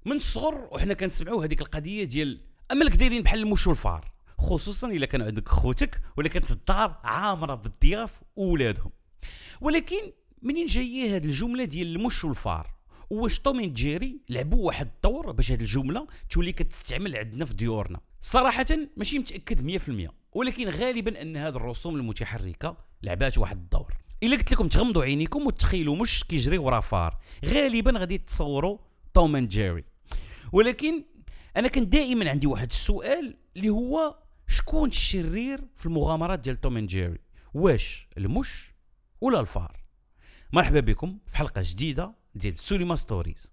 من الصغر وحنا كنسمعوا هذيك القضيه ديال امالك دايرين بحال المش والفار، خصوصا الا كان عندك خوتك ولا كانت الدار عامره بالضياف وولادهم. ولكن منين جايه هذه الجمله ديال المش والفار؟ واش توم اند جيري لعبوا واحد الدور باش هذه الجمله تولي كتستعمل عندنا في ديورنا؟ صراحه ماشي متاكد 100%، ولكن غالبا ان هذه الرسوم المتحركه لعبات واحد الدور. الا قلت لكم تغمضوا عينيكم وتخيلوا مش كيجري ورا فار، غالبا غادي تصوروا توم اند جيري. ولكن انا كان دائما عندي واحد السؤال اللي هو شكون الشرير في المغامرات ديال توم اند جيري؟ واش المش ولا الفار؟ مرحبا بكم في حلقه جديده ديال سوليما ستوريز.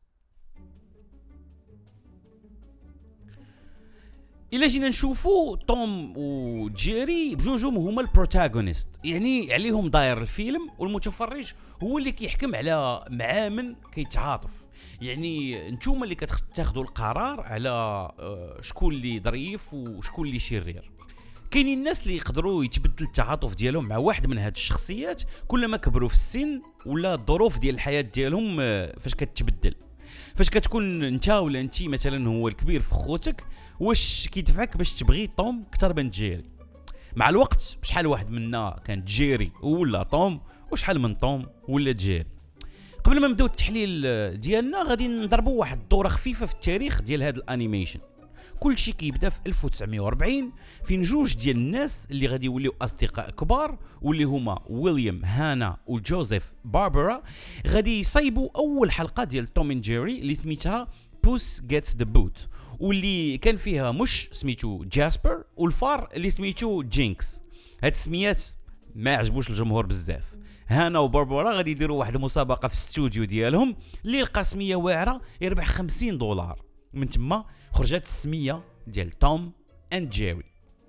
إلا جينا نشوفوا توم وجيري بجوجهم هما البروتاغونيست، يعني عليهم داير الفيلم، والمتفرج هو اللي كيحكم على معامن كيتعاطف. يعني نتوما اللي كتاخذوا القرار على شكون اللي ظريف وشكون اللي شرير. كاينين الناس اللي يقدروا يتبدل التعاطف ديالهم مع واحد من هاد الشخصيات كلما كبروا في السن ولا الظروف ديال الحياة ديالهم فاش كتبدل. فاش كتكون انت ولا انتي مثلا هو الكبير في خوتك، واش كيدفعك باش تبغي توم اكثر من جيري؟ مع الوقت شحال واحد منا كان جيري ولا توم، وشحال من توم ولا جيري؟ قبل ما نبداو التحليل ديالنا غادي نضربوا واحد الدوره خفيفه في التاريخ ديال هذا الانيميشن. كل شيء كيبدا في 1940 فين جوج ديال الناس اللي غادي يوليو اصدقاء كبار، واللي هما ويليام هانا وجوزيف باربرا، غادي يصايبوا اول حلقه ديال توم اند جيري اللي سميتها بوس جيتس ذا بوت، واللي كان فيها مش سميتو جاسبر والفار اللي سميتو جينكس. هاد السميات ما عجبوش الجمهور بزاف. هانا وباربرا غادي يديروا واحد المسابقه في الاستوديو ديالهم اللي لقى سميه واعره يربح $50. من تما خرجت السميه ديال توم اند جيري.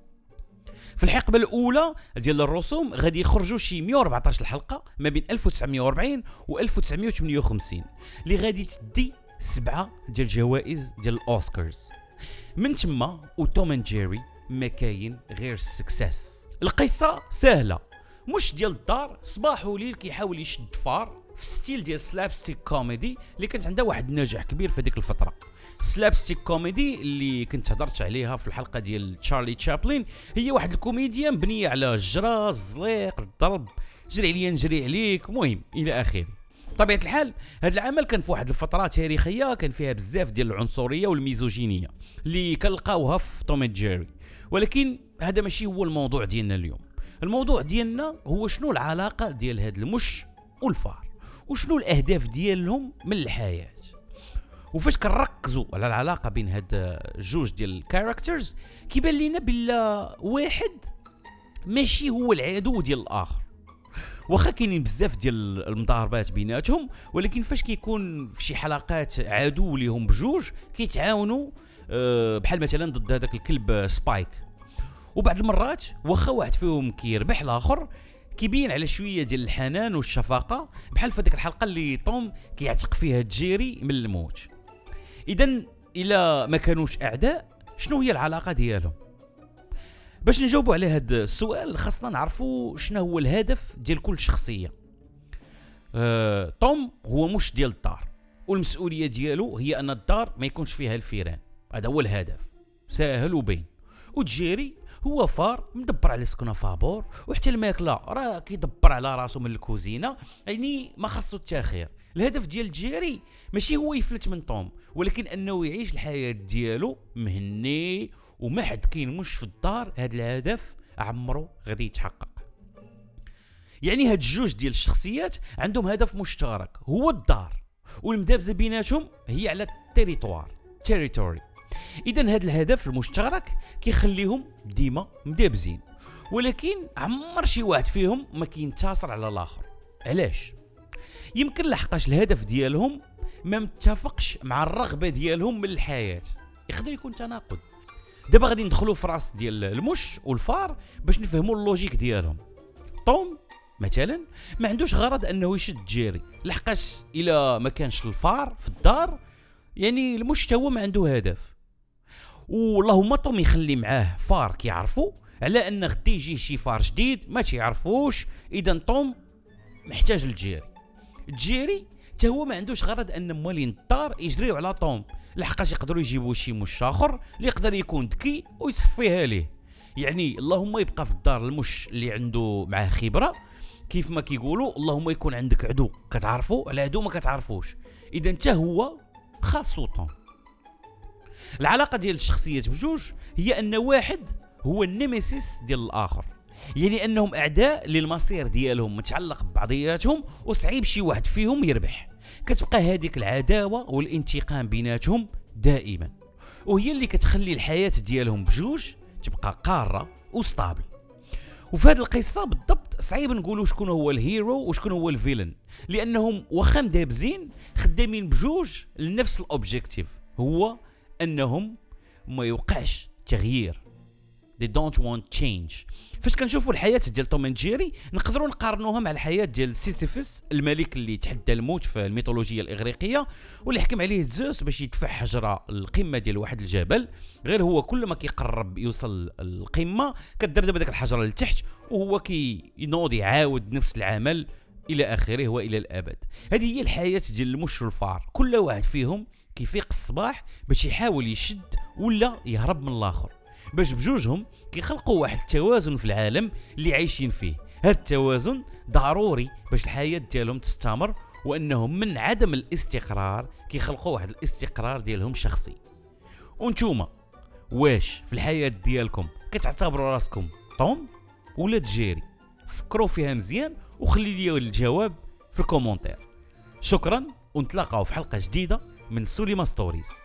في الحقبه الاولى ديال الرسوم غادي يخرجوا شي 114 حلقه ما بين 1940 و 1958 اللي غادي تدي 7 ديال الجوائز ديال الاوسكارز. من تما وتوم اند جيري ما كاين غير السكسس. القصه سهله، مش ديال الدار صباح وليل كيحاول يشد فار في ستيل ديال سلابستيك كوميدي اللي كانت عندها واحد النجاح كبير في هذيك الفتره. سلابستيك كوميدي اللي كنت هضرت عليها في الحلقه ديال تشارلي تشابلين هي واحد الكوميديا مبنيه على الجرا، الزليق، الضرب، جري عليا نجري عليك، مهم الى اخره. بطبيعه الحال هذا العمل كان في واحد الفتره تاريخيه كان فيها بزاف ديال العنصريه والميزوجينيه اللي كنلقاوها في توم اند جيري، ولكن هذا ماشي هو الموضوع ديالنا اليوم. الموضوع ديالنا هو شنو العلاقه ديال هاد المش والفار، وشنو الاهداف ديالهم من الحياه. وفاش كنركزوا على العلاقه بين هاد الجوج ديال الكاركترز كيبان لينا بلا واحد ماشي هو العدو ديال الاخر. واخا كاينين بزاف ديال المضاربات بيناتهم، ولكن فاش كيكون في شي حلقات عدو ليهم بجوج كيتعاونوا بحال مثلا ضد هذاك الكلب سبايك. وبعض المرات واخا واحد فيهم كيربح الاخر كيبين على شويه ديال الحنان والشفقه، بحال في هذيك الحلقه اللي توم كيعتق فيها جيري من الموت. اذا الى ما كانوش اعداء شنو هي العلاقه ديالهم؟ باش نجاوبوا على هذا السؤال خاصنا نعرفوا شنو هو الهدف ديال كل شخصيه. توم هو مش ديال الدار، والمسؤوليه ديالو هي ان الدار ما يكونش فيها الفيران، هذا هو الهدف ساهل وبين. وجيري هو فار مدبر على سكنه فابور، وحتى الماكله راه كيدبر على راسو من الكوزينه، يعني ما خاصو التاخير. الهدف ديال جيري ماشي هو يفلت من توم، ولكن انه يعيش الحياه ديالو مهني وما حد كاين مش في الدار. هذا الهدف عمرو غادي يتحقق. يعني هاد الجوج ديال الشخصيات عندهم هدف مشترك هو الدار، والمدابزه بيناتهم هي على التيريتوري. اذا هذا الهدف المشترك كيخليهم ديما مدابزين، ولكن عمر شي واحد فيهم ما كينتصر على الاخر. علاش؟ يمكن لحقاش الهدف ديالهم ما متفقش مع الرغبه ديالهم من الحياه. يقدر يكون تناقض. دابا غادي ندخلوا في راس ديال المش والفار باش نفهموا اللوجيك ديالهم. توم مثلا ما عندوش غرض انه يشد جيري، لحقاش الا ما كانش الفار في الدار يعني المش هو ما عنده هدف. واللهم توم يخلي معاه فار كيعرفوا على ان غادي يجي شي فار جديد ما تيعرفوش. اذا توم محتاج لجيري. جيري حتى هو ما عندوش غرض ان موالين الدار يجريو على توم، لحقاش يقدروا يجيبوا شي مش اخر اللي يقدر يكون ذكي ويصفيها ليه. يعني اللهم يبقى في الدار المش اللي عنده معاه خبره، كيف ما كيقولوا اللهم يكون عندك عدو كتعرفوا على عدو ما كتعرفوش. اذا انت هو خاصو طون. العلاقه ديال الشخصيات بجوج هي ان واحد هو النيميسيس ديال الاخر، يعني انهم اعداء للمصير ديالهم متعلق ببعضياتهم وصعيب شي واحد فيهم يربح. كتبقى هذيك العداوه والانتقام بيناتهم دائما، وهي اللي كتخلي الحياه ديالهم بجوج تبقى قاره وستابل. وفي هذه القصه بالضبط صعيب نقولوا شكون هو الهيرو وشكون هو الفيلن، لانهم واخا مدابزين خدامين بجوج لنفس الاوبجيكتيف، هو انهم ما يوقعش تغيير. they don't want change. فاش كنشوفوا الحياه ديال توم اند جيري نقدروا نقارنوها مع الحياه ديال سيسيفس، الملك اللي تحدى الموت في الميثولوجيا الاغريقيه، واللي حكم عليه زوس باش يدفع حجره القمه ديال واحد الجبل. غير هو كل ما كيقرب يوصل القمه كتدردب داك الحجره لتحت، وهو كينوض يعاود نفس العمل الى اخره والى الابد. هذه هي الحياه ديال المش والفار، كل واحد فيهم كيفيق الصباح باش يحاول يشد ولا يهرب من الاخر، باش بجوجهم كيخلقوا واحد التوازن في العالم اللي عايشين فيه. هذا التوازن ضروري باش الحياة ديالهم تستمر، وانهم من عدم الاستقرار كيخلقوا واحد الاستقرار ديالهم شخصي. وانتوما واش في الحياة ديالكم كتعتبروا راسكم توم ولا جيري؟ فكروا فيها مزيان وخلي لي الجواب في الكومنتير. شكرا، ونتلاقاو في حلقة جديدة من سوليما ستوريز.